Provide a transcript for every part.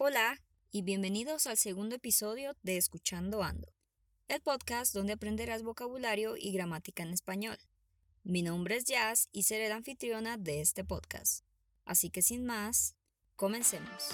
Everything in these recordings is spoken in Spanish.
Hola y bienvenidos al segundo episodio de Escuchando Ando, el podcast donde aprenderás vocabulario y gramática en español. Mi nombre es Jazz y seré la anfitriona de este podcast. Así que sin más, comencemos.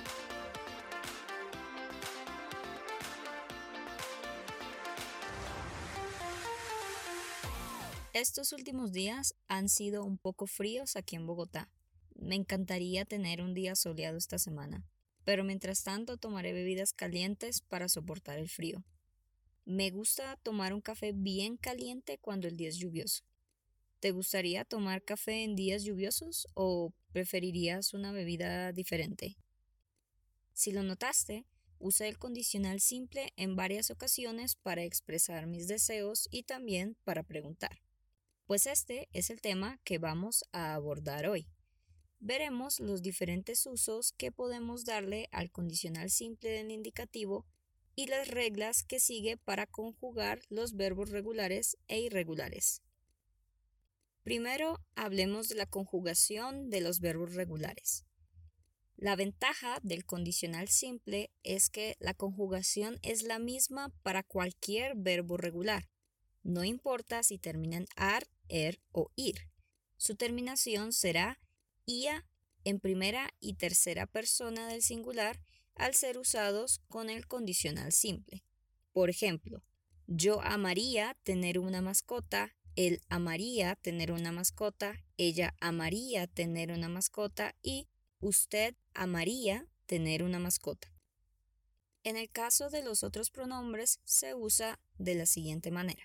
Estos últimos días han sido un poco fríos aquí en Bogotá. Me encantaría tener un día soleado esta semana, pero mientras tanto tomaré bebidas calientes para soportar el frío. Me gusta tomar un café bien caliente cuando el día es lluvioso. ¿Te gustaría tomar café en días lluviosos o preferirías una bebida diferente? Si lo notaste, usé el condicional simple en varias ocasiones para expresar mis deseos y también para preguntar. Pues este es el tema que vamos a abordar hoy. Veremos los diferentes usos que podemos darle al condicional simple del indicativo y las reglas que sigue para conjugar los verbos regulares e irregulares. Primero, hablemos de la conjugación de los verbos regulares. La ventaja del condicional simple es que la conjugación es la misma para cualquier verbo regular. No importa si termina en ar, o ir. Su terminación será ia en primera y tercera persona del singular al ser usados con el condicional simple. Por ejemplo, yo amaría tener una mascota, él amaría tener una mascota, ella amaría tener una mascota y usted amaría tener una mascota. En el caso de los otros pronombres se usa de la siguiente manera.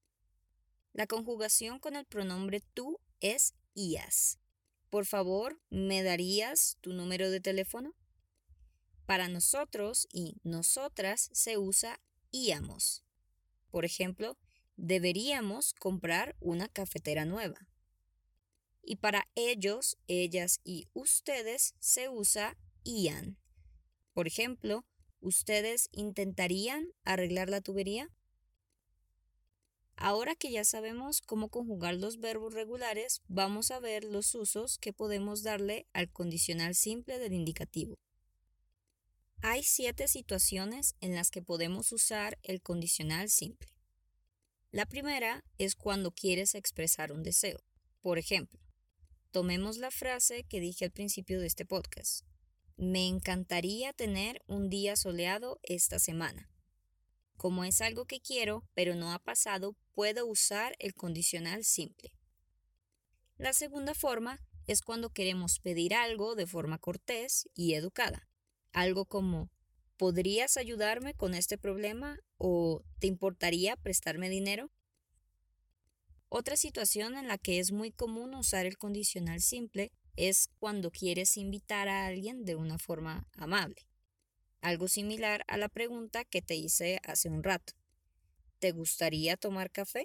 La conjugación con el pronombre tú es ias. Por favor, ¿me darías tu número de teléfono? Para nosotros y nosotras se usa íamos. Por ejemplo, deberíamos comprar una cafetera nueva. Y para ellos, ellas y ustedes se usa ian. Por ejemplo, ¿ustedes intentarían arreglar la tubería? Ahora que ya sabemos cómo conjugar los verbos regulares, vamos a ver los usos que podemos darle al condicional simple del indicativo. Hay 7 situaciones en las que podemos usar el condicional simple. La primera es cuando quieres expresar un deseo. Por ejemplo, tomemos la frase que dije al principio de este podcast. Me encantaría tener un día soleado esta semana. Como es algo que quiero, pero no ha pasado, puedo usar el condicional simple. La segunda forma es cuando queremos pedir algo de forma cortés y educada. Algo como, ¿podrías ayudarme con este problema? ¿O te importaría prestarme dinero? Otra situación en la que es muy común usar el condicional simple es cuando quieres invitar a alguien de una forma amable. Algo similar a la pregunta que te hice hace un rato. ¿Te gustaría tomar café?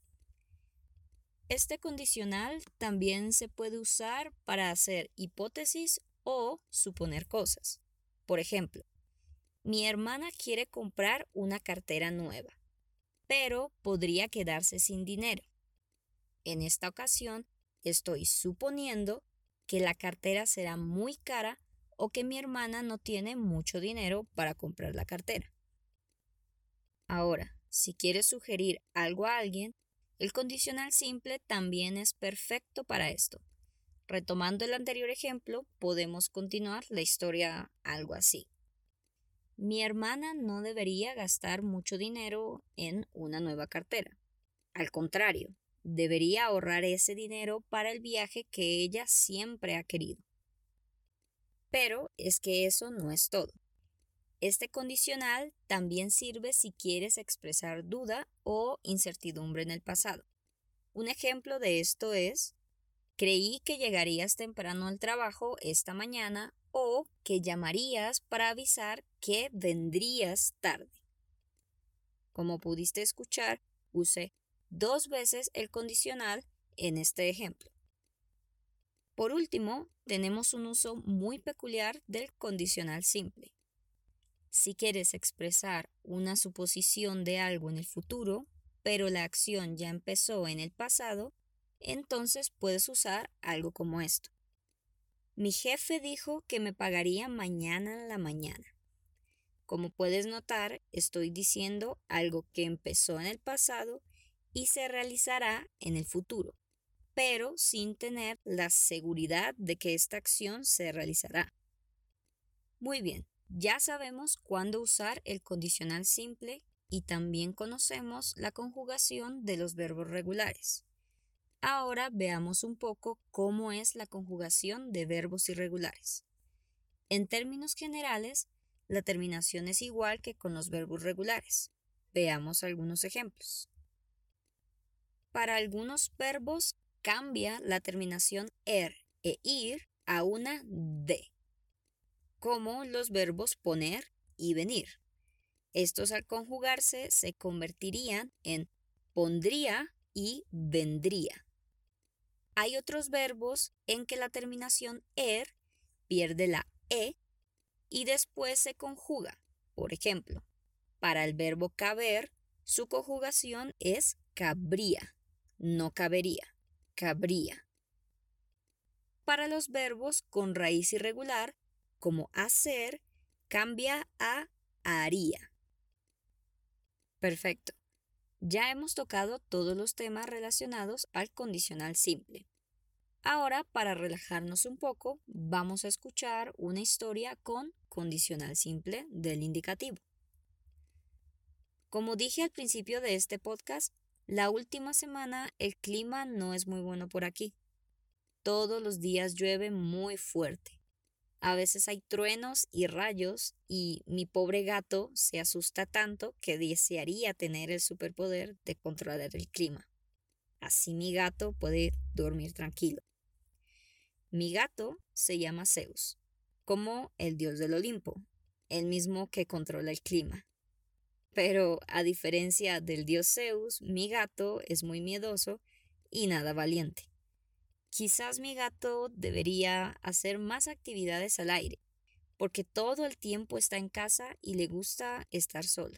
Este condicional también se puede usar para hacer hipótesis o suponer cosas. Por ejemplo, mi hermana quiere comprar una cartera nueva, pero podría quedarse sin dinero. En esta ocasión, estoy suponiendo que la cartera será muy cara o que mi hermana no tiene mucho dinero para comprar la cartera. Ahora, si quieres sugerir algo a alguien, el condicional simple también es perfecto para esto. Retomando el anterior ejemplo, podemos continuar la historia algo así. Mi hermana no debería gastar mucho dinero en una nueva cartera. Al contrario, debería ahorrar ese dinero para el viaje que ella siempre ha querido. Pero es que eso no es todo. Este condicional también sirve si quieres expresar duda o incertidumbre en el pasado. Un ejemplo de esto es, creí que llegarías temprano al trabajo esta mañana o que llamarías para avisar que vendrías tarde. Como pudiste escuchar, usé 2 veces el condicional en este ejemplo. Por último, tenemos un uso muy peculiar del condicional simple. Si quieres expresar una suposición de algo en el futuro, pero la acción ya empezó en el pasado, entonces puedes usar algo como esto. Mi jefe dijo que me pagaría mañana en la mañana. Como puedes notar, estoy diciendo algo que empezó en el pasado y se realizará en el futuro, pero sin tener la seguridad de que esta acción se realizará. Muy bien, ya sabemos cuándo usar el condicional simple y también conocemos la conjugación de los verbos regulares. Ahora veamos un poco cómo es la conjugación de verbos irregulares. En términos generales, la terminación es igual que con los verbos regulares. Veamos algunos ejemplos. Para algunos verbos cambia la terminación er e ir a una de, como los verbos poner y venir. Estos al conjugarse se convertirían en pondría y vendría. Hay otros verbos en que la terminación er pierde la e y después se conjuga. Por ejemplo, para el verbo caber, su conjugación es cabría, no cabería, cabría. Para los verbos con raíz irregular, como hacer, cambia a haría. Perfecto. Ya hemos tocado todos los temas relacionados al condicional simple. Ahora, para relajarnos un poco, vamos a escuchar una historia con condicional simple del indicativo. Como dije al principio de este podcast, la última semana el clima no es muy bueno por aquí. Todos los días llueve muy fuerte. A veces hay truenos y rayos y mi pobre gato se asusta tanto que desearía tener el superpoder de controlar el clima. Así mi gato puede dormir tranquilo. Mi gato se llama Zeus, como el dios del Olimpo, el mismo que controla el clima. Pero a diferencia del dios Zeus, mi gato es muy miedoso y nada valiente. Quizás mi gato debería hacer más actividades al aire, porque todo el tiempo está en casa y le gusta estar solo.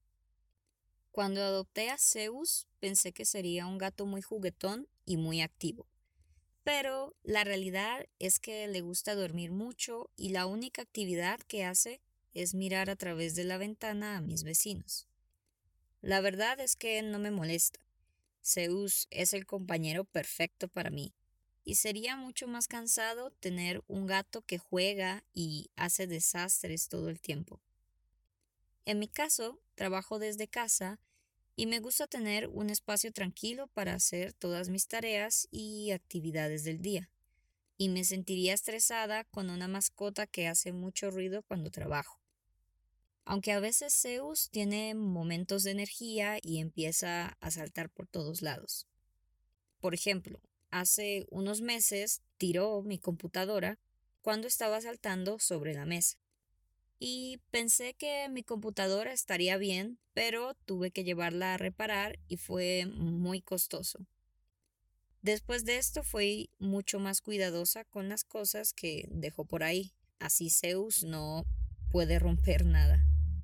Cuando adopté a Zeus, pensé que sería un gato muy juguetón y muy activo. Pero la realidad es que le gusta dormir mucho y la única actividad que hace es mirar a través de la ventana a mis vecinos. La verdad es que no me molesta. Zeus es el compañero perfecto para mí. Y sería mucho más cansado tener un gato que juega y hace desastres todo el tiempo. En mi caso, trabajo desde casa y me gusta tener un espacio tranquilo para hacer todas mis tareas y actividades del día. Y me sentiría estresada con una mascota que hace mucho ruido cuando trabajo. Aunque a veces Zeus tiene momentos de energía y empieza a saltar por todos lados. Por ejemplo, hace unos meses tiró mi computadora cuando estaba saltando sobre la mesa. Y pensé que mi computadora estaría bien, pero tuve que llevarla a reparar y fue muy costoso. Después de esto fui mucho más cuidadosa con las cosas que dejó por ahí. Así Zeus no puede romper nada.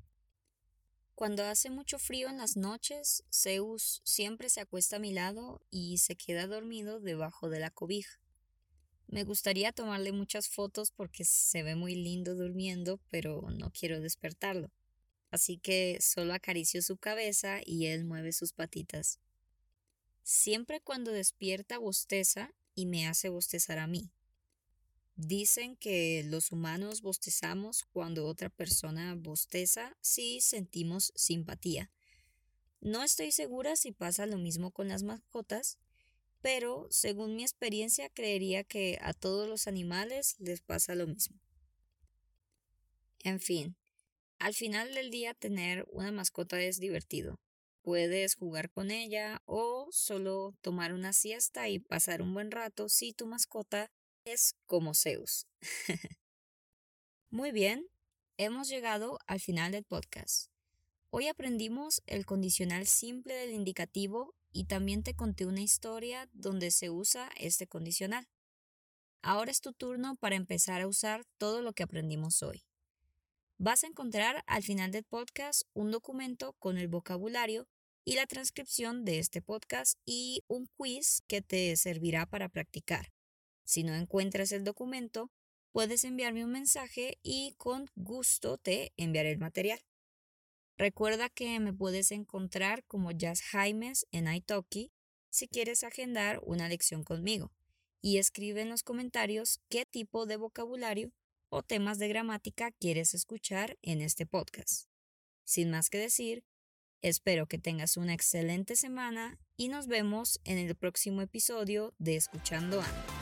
Cuando hace mucho frío en las noches, Zeus siempre se acuesta a mi lado y se queda dormido debajo de la cobija. Me gustaría tomarle muchas fotos porque se ve muy lindo durmiendo, pero no quiero despertarlo. Así que solo acaricio su cabeza y él mueve sus patitas. Siempre cuando despierta bosteza y me hace bostezar a mí. Dicen que los humanos bostezamos cuando otra persona bosteza si sentimos simpatía. No estoy segura si pasa lo mismo con las mascotas, pero según mi experiencia creería que a todos los animales les pasa lo mismo. En fin, al final del día tener una mascota es divertido. Puedes jugar con ella o solo tomar una siesta y pasar un buen rato si tu mascota es como Zeus. Muy bien, hemos llegado al final del podcast. Hoy aprendimos el condicional simple del indicativo y también te conté una historia donde se usa este condicional. Ahora es tu turno para empezar a usar todo lo que aprendimos hoy. Vas a encontrar al final del podcast un documento con el vocabulario y la transcripción de este podcast y un quiz que te servirá para practicar. Si no encuentras el documento, puedes enviarme un mensaje y con gusto te enviaré el material. Recuerda que me puedes encontrar como Jazz Jaimes en italki si quieres agendar una lección conmigo y escribe en los comentarios qué tipo de vocabulario o temas de gramática quieres escuchar en este podcast. Sin más que decir, espero que tengas una excelente semana y nos vemos en el próximo episodio de Escuchando Ando.